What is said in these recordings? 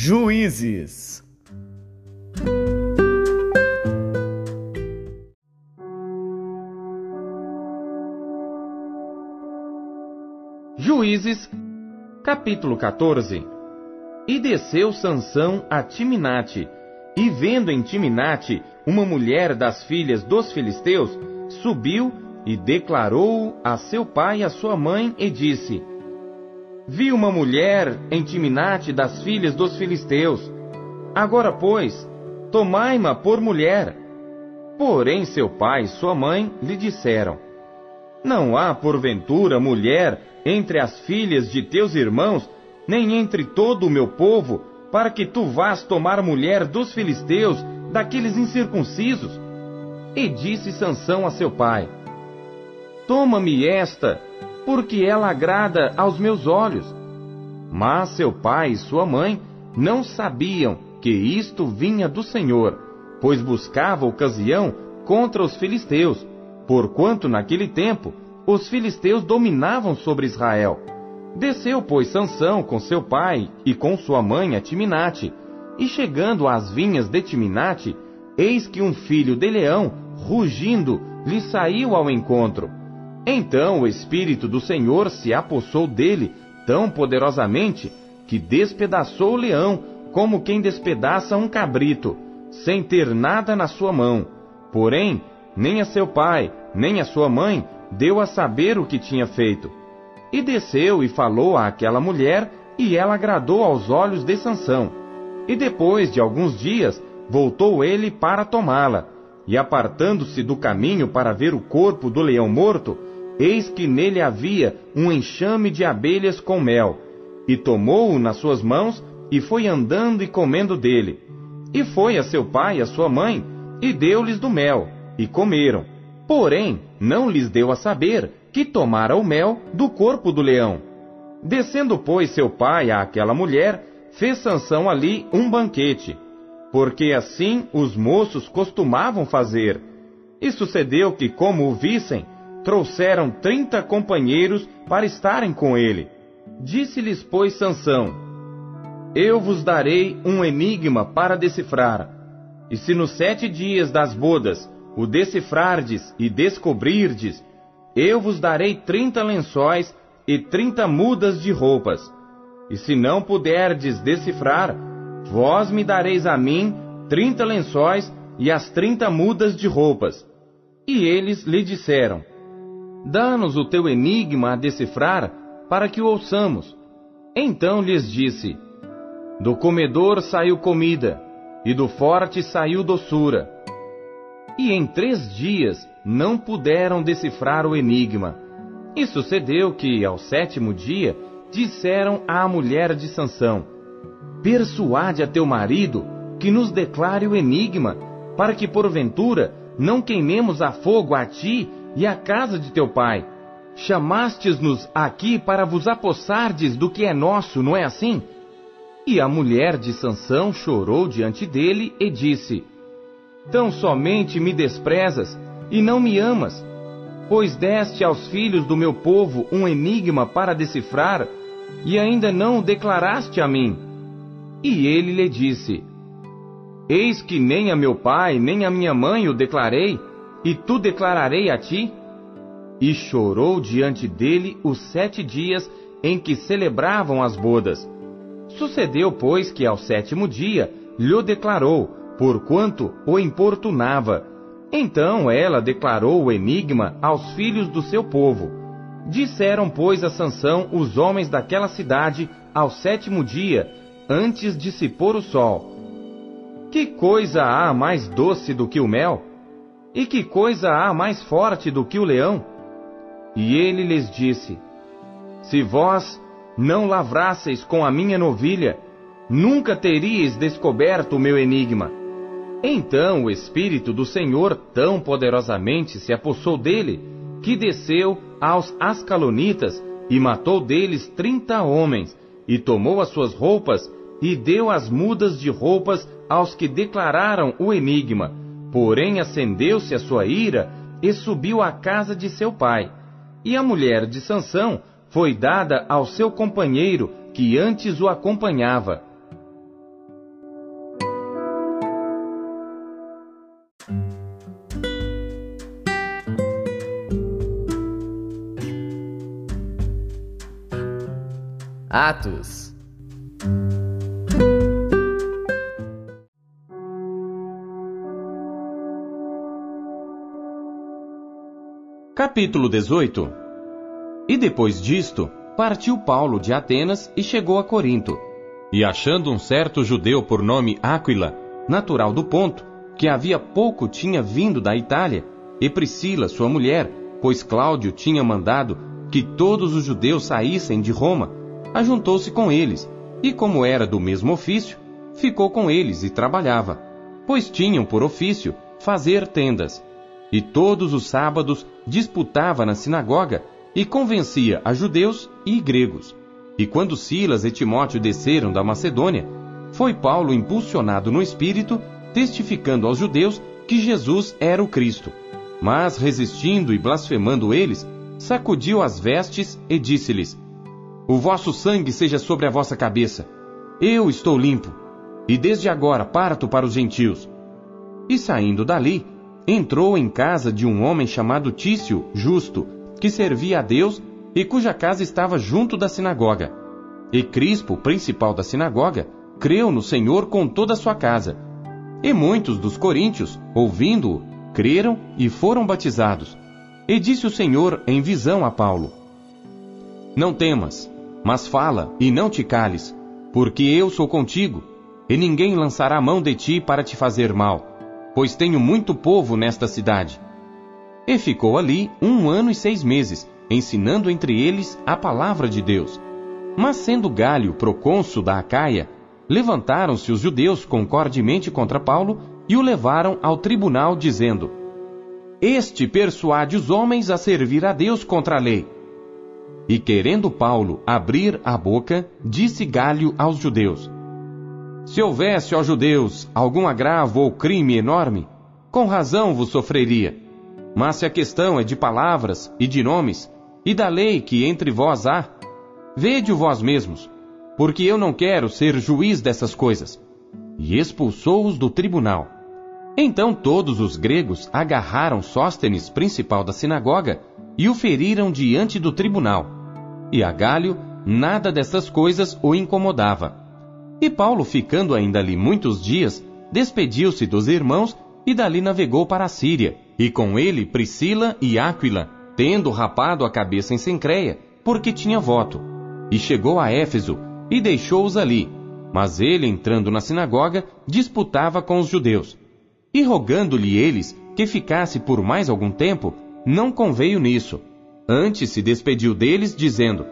Juízes. Juízes, capítulo 14. E desceu Sansão a Timinate, e vendo em Timinate uma mulher das filhas dos filisteus, subiu e declarou a seu pai e a sua mãe, e disse: Vi uma mulher em Timinate das filhas dos filisteus. Agora, pois, tomai-ma por mulher. Porém seu pai e sua mãe lhe disseram: Não há porventura mulher entre as filhas de teus irmãos, nem entre todo o meu povo, para que tu vás tomar mulher dos filisteus, daqueles incircuncisos? E disse Sansão a seu pai: Toma-me esta, porque ela agrada aos meus olhos. Mas seu pai e sua mãe não sabiam que isto vinha do Senhor, pois buscava ocasião contra os filisteus, porquanto naquele tempo os filisteus dominavam sobre Israel. Desceu, pois, Sansão com seu pai e com sua mãe a Timinate, e chegando às vinhas de Timinate, eis que um filho de leão, rugindo, lhe saiu ao encontro. Então o Espírito do Senhor se apossou dele tão poderosamente, que despedaçou o leão, como quem despedaça um cabrito, sem ter nada na sua mão. Porém, nem a seu pai, nem a sua mãe, deu a saber o que tinha feito. E desceu e falou àquela mulher, e ela agradou aos olhos de Sansão. E depois de alguns dias, voltou ele para tomá-la. E apartando-se do caminho para ver o corpo do leão morto, eis que nele havia um enxame de abelhas com mel. E tomou-o nas suas mãos, e foi andando e comendo dele. E foi a seu pai e a sua mãe, e deu-lhes do mel, e comeram. Porém, não lhes deu a saber que tomara o mel do corpo do leão. Descendo, pois, seu pai àquela mulher, fez Sansão ali um banquete, porque assim os moços costumavam fazer. E sucedeu que, como o vissem, trouxeram 30 companheiros para estarem com ele. Disse-lhes, pois, Sansão: Eu vos darei um enigma para decifrar, e se nos 7 dias das bodas o decifrardes e descobrirdes, eu vos darei 30 lençóis e 30 mudas de roupas. E se não puderdes decifrar, vós me dareis a mim 30 lençóis e as 30 mudas de roupas. E eles lhe disseram: Dá-nos o teu enigma a decifrar, para que o ouçamos. Então lhes disse: Do comedor saiu comida, e do forte saiu doçura. E em 3 dias não puderam decifrar o enigma. E sucedeu que, ao 7º dia, disseram à mulher de Sansão: Persuade a teu marido que nos declare o enigma, para que porventura não queimemos a fogo a ti e à casa de teu pai. Chamastes-nos aqui para vos apossardes do que é nosso, não é assim? E a mulher de Sansão chorou diante dele e disse: Tão somente me desprezas e não me amas, pois deste aos filhos do meu povo um enigma para decifrar, e ainda não o declaraste a mim. E ele lhe disse: Eis que nem a meu pai, nem a minha mãe o declarei, e tu declararei a ti? E chorou diante dele os 7 dias em que celebravam as bodas. Sucedeu, pois, que ao 7º dia lhe declarou, porquanto o importunava. Então ela declarou o enigma aos filhos do seu povo. Disseram, pois, a Sansão os homens daquela cidade ao 7º dia, antes de se pôr o sol: Que coisa há mais doce do que o mel? E que coisa há mais forte do que o leão? E ele lhes disse: Se vós não lavrasseis com a minha novilha, nunca teríeis descoberto o meu enigma. Então o Espírito do Senhor tão poderosamente se apossou dele, que desceu aos Ascalonitas e matou deles 30 homens, e tomou as suas roupas e deu as mudas de roupas aos que declararam o enigma. Porém acendeu-se a sua ira e subiu à casa de seu pai. E a mulher de Sansão foi dada ao seu companheiro, que antes o acompanhava. Atos. Capítulo 18. E depois disto, partiu Paulo de Atenas e chegou a Corinto. E achando um certo judeu por nome Áquila, natural do Ponto, que havia pouco tinha vindo da Itália, e Priscila, sua mulher, pois Cláudio tinha mandado que todos os judeus saíssem de Roma, ajuntou-se com eles, e como era do mesmo ofício, ficou com eles e trabalhava, pois tinham por ofício fazer tendas. E todos os sábados disputava na sinagoga e convencia a judeus e gregos. E quando Silas e Timóteo desceram da Macedônia, foi Paulo impulsionado no Espírito, testificando aos judeus que Jesus era o Cristo. Mas, resistindo e blasfemando eles, sacudiu as vestes e disse-lhes: O vosso sangue seja sobre a vossa cabeça. Eu estou limpo, e desde agora parto para os gentios. E saindo dali, entrou em casa de um homem chamado Tício, justo, que servia a Deus e cuja casa estava junto da sinagoga. E Crispo, principal da sinagoga, creu no Senhor com toda a sua casa. E muitos dos coríntios, ouvindo-o, creram e foram batizados. E disse o Senhor em visão a Paulo: Não temas, mas fala e não te cales, porque eu sou contigo, e ninguém lançará mão de ti para te fazer mal, pois tenho muito povo nesta cidade. E ficou ali 1 ano e 6 meses, ensinando entre eles a palavra de Deus. Mas sendo Gálio procônsul da Acaia, levantaram-se os judeus concordemente contra Paulo e o levaram ao tribunal, dizendo: Este persuade os homens a servir a Deus contra a lei. E querendo Paulo abrir a boca, disse Gálio aos judeus: Se houvesse, ó judeus, algum agravo ou crime enorme, com razão vos sofreria. Mas se a questão é de palavras e de nomes, e da lei que entre vós há, vede-o vós mesmos, porque eu não quero ser juiz dessas coisas. E expulsou-os do tribunal. Então todos os gregos agarraram Sóstenes, principal da sinagoga, e o feriram diante do tribunal. E a Gálio nada dessas coisas o incomodava. E Paulo, ficando ainda ali muitos dias, despediu-se dos irmãos e dali navegou para a Síria, e com ele Priscila e Áquila, tendo rapado a cabeça em Cencreia, porque tinha voto. E chegou a Éfeso, e deixou-os ali. Mas ele, entrando na sinagoga, disputava com os judeus. E rogando-lhe eles que ficasse por mais algum tempo, não conveio nisso. Antes se despediu deles, dizendo: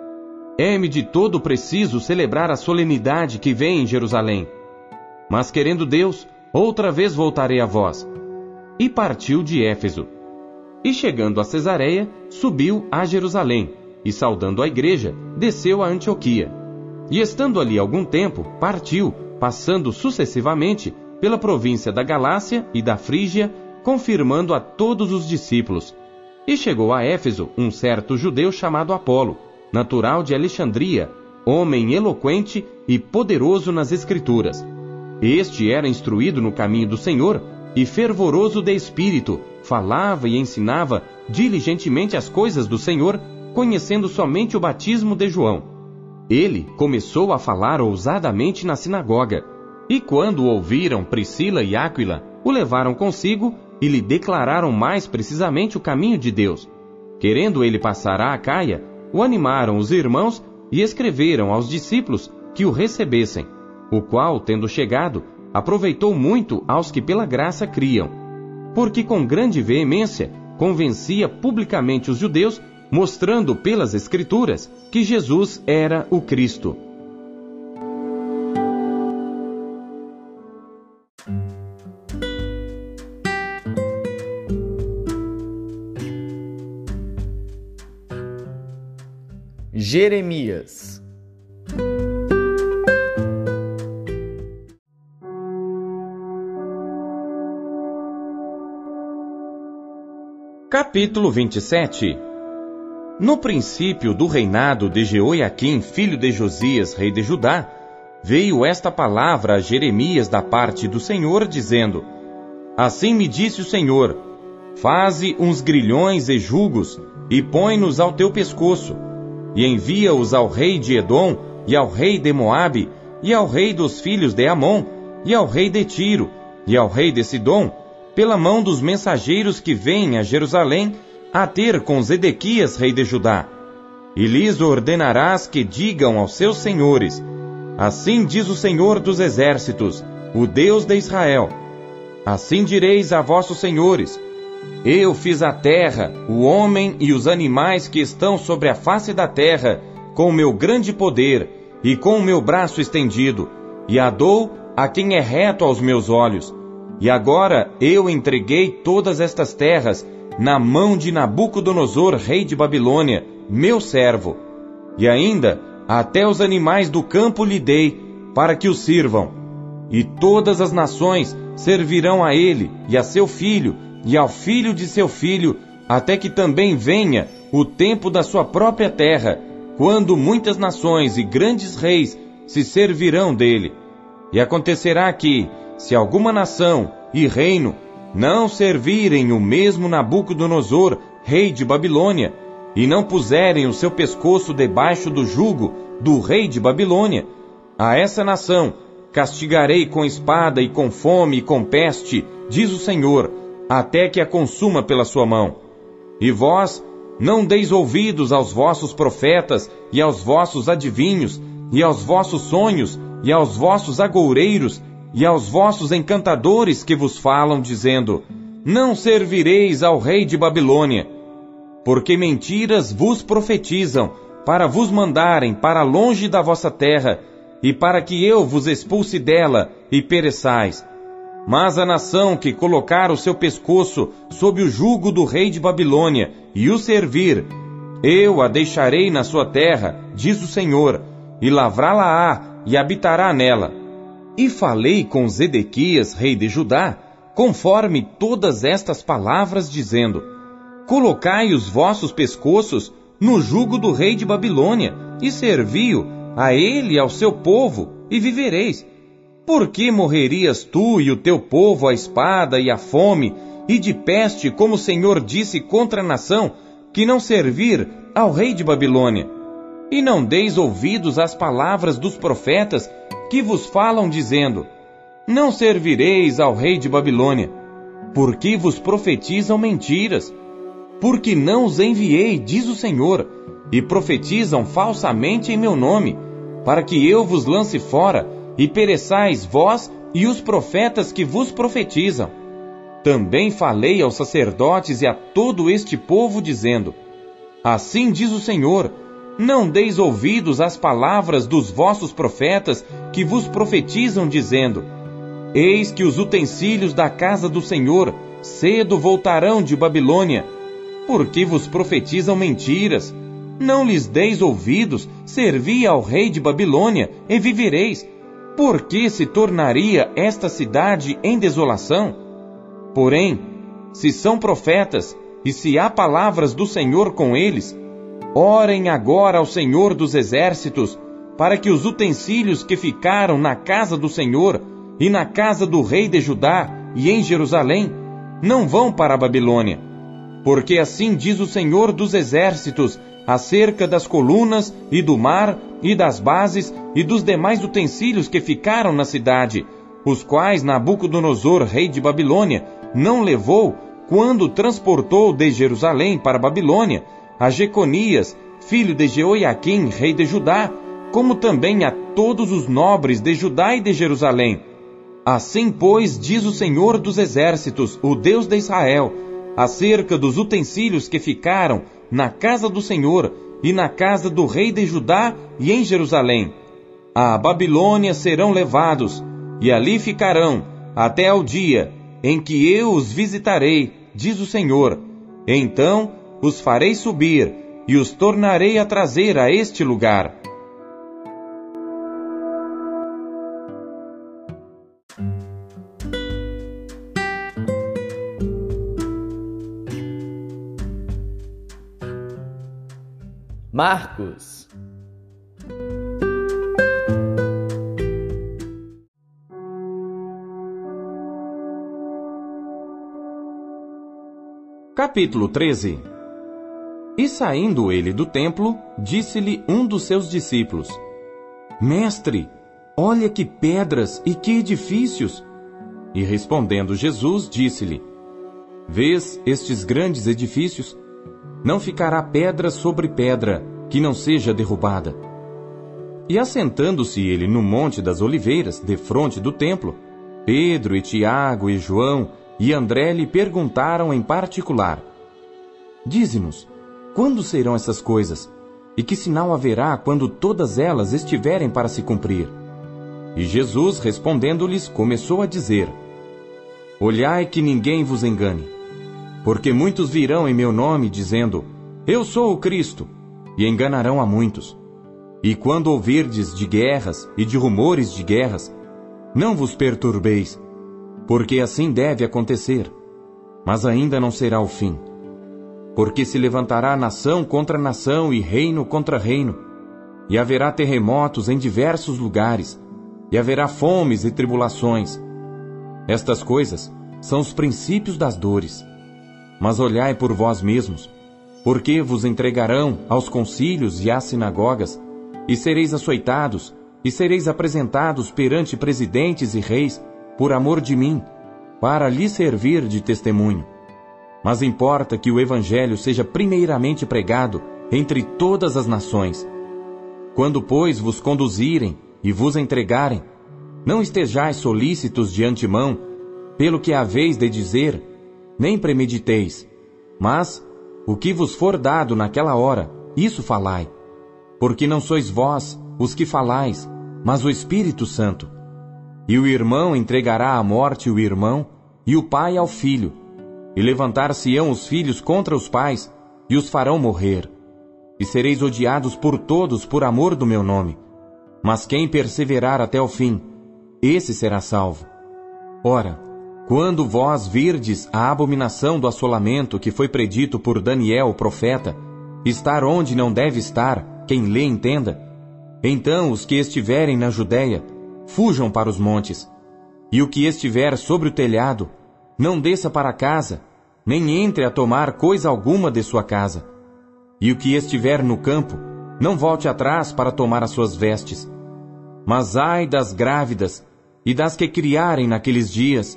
É-me de todo preciso celebrar a solenidade que vem em Jerusalém. Mas querendo Deus, outra vez voltarei a vós. E partiu de Éfeso. E chegando a Cesareia, subiu a Jerusalém, e saudando a igreja, desceu a Antioquia. E estando ali algum tempo, partiu, passando sucessivamente pela província da Galácia e da Frígia, confirmando a todos os discípulos. E chegou a Éfeso um certo judeu chamado Apolo, natural de Alexandria, homem eloquente e poderoso nas Escrituras. Este era instruído no caminho do Senhor e fervoroso de espírito, falava e ensinava diligentemente as coisas do Senhor, conhecendo somente o batismo de João. Ele começou a falar ousadamente na sinagoga, e quando o ouviram Priscila e Áquila, o levaram consigo e lhe declararam mais precisamente o caminho de Deus. Querendo ele passar a Acaia, o animaram os irmãos e escreveram aos discípulos que o recebessem, o qual, tendo chegado, aproveitou muito aos que pela graça criam, porque com grande veemência convencia publicamente os judeus, mostrando pelas Escrituras que Jesus era o Cristo. Jeremias. Capítulo 27. No princípio do reinado de Jeoiaquim, filho de Josias, rei de Judá, veio esta palavra a Jeremias da parte do Senhor, dizendo: Assim me disse o Senhor: Faze uns grilhões e jugos, e põe-nos ao teu pescoço. e envia-os ao rei de Edom, e ao rei de Moabe, e ao rei dos filhos de Amon, e ao rei de Tiro, e ao rei de Sidom, pela mão dos mensageiros que vêm a Jerusalém, a ter com Zedequias, rei de Judá. E lhes ordenarás que digam aos seus senhores: assim diz o Senhor dos exércitos, o Deus de Israel. Assim direis a vossos senhores: eu fiz a terra, o homem e os animais que estão sobre a face da terra, com o meu grande poder e com o meu braço estendido, e a dou a quem é reto aos meus olhos. E agora eu entreguei todas estas terras na mão de Nabucodonosor, rei de Babilônia, meu servo. E ainda até os animais do campo lhe dei, para que o sirvam. E todas as nações servirão a ele e a seu filho, e ao filho de seu filho, até que também venha o tempo da sua própria terra, quando muitas nações e grandes reis se servirão dele. E acontecerá que, se alguma nação e reino não servirem o mesmo Nabucodonosor, rei de Babilônia, e não puserem o seu pescoço debaixo do jugo do rei de Babilônia, a essa nação castigarei com espada e com fome e com peste, diz o Senhor, até que a consuma pela sua mão. E vós não deis ouvidos aos vossos profetas e aos vossos adivinhos, e aos vossos sonhos, e aos vossos agoureiros, e aos vossos encantadores que vos falam, dizendo: não servireis ao rei de Babilônia. Porque mentiras vos profetizam, para vos mandarem para longe da vossa terra, e para que eu vos expulse dela e pereçais. Mas a nação que colocar o seu pescoço sob o jugo do rei de Babilônia e o servir, eu a deixarei na sua terra, diz o Senhor, e lavrá-la-á e habitará nela. E falei com Zedequias, rei de Judá, conforme todas estas palavras, dizendo: colocai os vossos pescoços no jugo do rei de Babilônia, e servi-o a ele e ao seu povo, e vivereis. Por que morrerias tu e o teu povo à espada e à fome, e de peste, como o Senhor disse contra a nação, que não servir ao rei de Babilônia? E não deis ouvidos às palavras dos profetas, que vos falam, dizendo: não servireis ao rei de Babilônia, porque vos profetizam mentiras. Porque não os enviei, diz o Senhor, e profetizam falsamente em meu nome, para que eu vos lance fora, e pereçais vós e os profetas que vos profetizam. Também falei aos sacerdotes e a todo este povo, dizendo: assim diz o Senhor, não deis ouvidos às palavras dos vossos profetas que vos profetizam, dizendo: eis que os utensílios da casa do Senhor cedo voltarão de Babilônia, porque vos profetizam mentiras. Não lhes deis ouvidos, servi ao rei de Babilônia, e vivereis. Por que se tornaria esta cidade em desolação? Porém, se são profetas, e se há palavras do Senhor com eles, orem agora ao Senhor dos exércitos, para que os utensílios que ficaram na casa do Senhor, e na casa do rei de Judá, e em Jerusalém, não vão para a Babilônia. Porque assim diz o Senhor dos exércitos, acerca das colunas, e do mar, e das bases, e dos demais utensílios que ficaram na cidade, os quais Nabucodonosor, rei de Babilônia, não levou, quando transportou de Jerusalém para a Babilônia, a Jeconias, filho de Jeoiaquim, rei de Judá, como também a todos os nobres de Judá e de Jerusalém. Assim, pois, diz o Senhor dos exércitos, o Deus de Israel, acerca dos utensílios que ficaram na casa do Senhor e na casa do rei de Judá e em Jerusalém: à Babilônia serão levados, e ali ficarão até ao dia em que eu os visitarei, diz o Senhor. Então os farei subir e os tornarei a trazer a este lugar. Marcos. Capítulo 13. E saindo ele do templo, disse-lhe um dos seus discípulos: Mestre, olha que pedras e que edifícios! E respondendo Jesus, disse-lhe: Vês estes grandes edifícios? Não ficará pedra sobre pedra, que não seja derrubada. E assentando-se ele no Monte das Oliveiras, defronte do templo, Pedro e Tiago e João e André lhe perguntaram em particular: Dize-nos, quando serão essas coisas? E que sinal haverá quando todas elas estiverem para se cumprir? E Jesus, respondendo-lhes, começou a dizer: Olhai que ninguém vos engane, porque muitos virão em meu nome, dizendo: Eu sou o Cristo, e enganarão a muitos. E quando ouvirdes de guerras e de rumores de guerras, não vos perturbeis, porque assim deve acontecer, mas ainda não será o fim. Porque se levantará nação contra nação e reino contra reino, e haverá terremotos em diversos lugares, e haverá fomes e tribulações. Estas coisas são os princípios das dores. Mas olhai por vós mesmos, porque vos entregarão aos concílios e às sinagogas, e sereis açoitados, e sereis apresentados perante presidentes e reis, por amor de mim, para lhes servir de testemunho. Mas importa que o Evangelho seja primeiramente pregado entre todas as nações. Quando, pois, vos conduzirem e vos entregarem, não estejais solícitos de antemão, pelo que haveis de dizer, nem premediteis, mas, o que vos for dado naquela hora, isso falai. Porque não sois vós os que falais, mas o Espírito Santo. E o irmão entregará à morte o irmão, e o pai ao filho. E levantar-se-ão os filhos contra os pais, e os farão morrer. E sereis odiados por todos por amor do meu nome. Mas quem perseverar até o fim, esse será salvo. Ora, quando vós virdes a abominação do assolamento que foi predito por Daniel o profeta, estar onde não deve estar, quem lê entenda, então os que estiverem na Judéia, fujam para os montes, e o que estiver sobre o telhado, não desça para casa, nem entre a tomar coisa alguma de sua casa. E o que estiver no campo, não volte atrás para tomar as suas vestes. Mas ai das grávidas e das que criarem naqueles dias.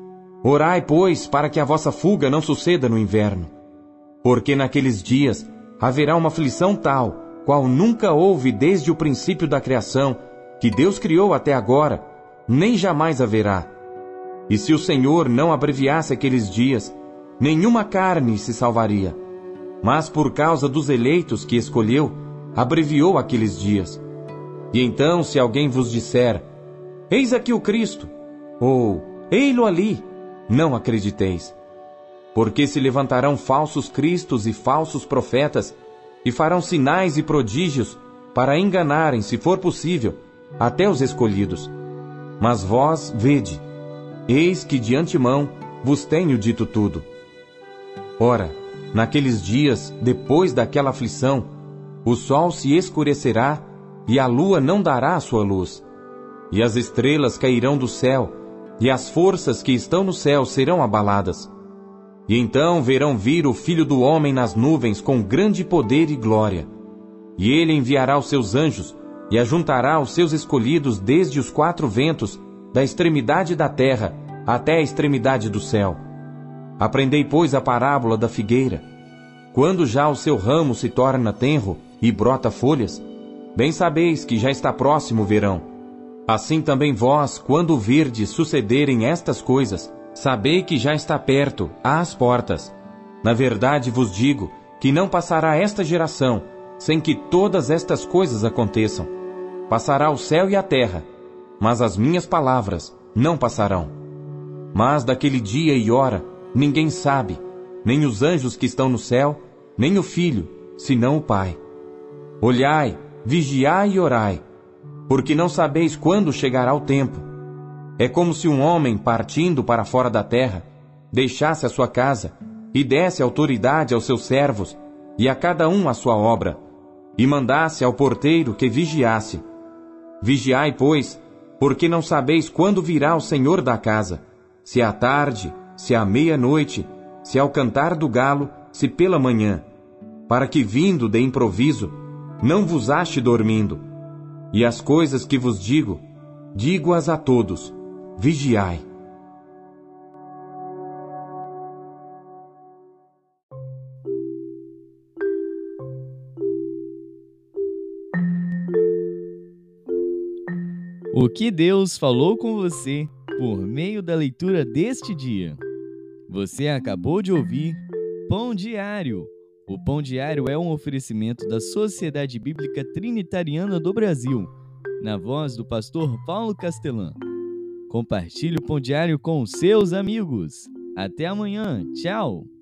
Orai, pois, para que a vossa fuga não suceda no inverno. Porque naqueles dias haverá uma aflição tal, qual nunca houve desde o princípio da criação, que Deus criou até agora, nem jamais haverá. E se o Senhor não abreviasse aqueles dias, nenhuma carne se salvaria. Mas por causa dos eleitos que escolheu, abreviou aqueles dias. E então, se alguém vos disser: Eis aqui o Cristo, ou Ei-lo ali, não acrediteis. Porque se levantarão falsos cristos e falsos profetas, e farão sinais e prodígios, para enganarem, se for possível, até os escolhidos. Mas vós, vede, eis que de antemão vos tenho dito tudo. Ora, naqueles dias, depois daquela aflição, o sol se escurecerá, e a lua não dará a sua luz. E as estrelas cairão do céu, e as forças que estão no céu serão abaladas. E então verão vir o Filho do Homem nas nuvens com grande poder e glória. E ele enviará os seus anjos, e ajuntará os seus escolhidos desde os quatro ventos, da extremidade da terra até a extremidade do céu. Aprendei, pois, a parábola da figueira. Quando já o seu ramo se torna tenro e brota folhas, bem sabeis que já está próximo o verão. Assim também vós, quando virdes sucederem estas coisas, sabei que já está perto, às portas. Na verdade vos digo que não passará esta geração, sem que todas estas coisas aconteçam. Passará o céu e a terra, mas as minhas palavras não passarão. Mas daquele dia e hora ninguém sabe, nem os anjos que estão no céu, nem o Filho, senão o Pai. Olhai, vigiai e orai, porque não sabeis quando chegará o tempo. É como se um homem, partindo para fora da terra, deixasse a sua casa, e desse autoridade aos seus servos, e a cada um a sua obra, e mandasse ao porteiro que vigiasse. Vigiai, pois, porque não sabeis quando virá o Senhor da casa, se à tarde, se à meia-noite, se ao cantar do galo, se pela manhã. para que, vindo de improviso, não vos ache dormindo. E as coisas que vos digo, digo-as a todos: vigiai. O que Deus falou com você por meio da leitura deste dia? Você acabou de ouvir Pão Diário. O Pão Diário é um oferecimento da Sociedade Bíblica Trinitariana do Brasil, na voz do pastor Paulo Castelã. Compartilhe o Pão Diário com seus amigos. Até amanhã. Tchau!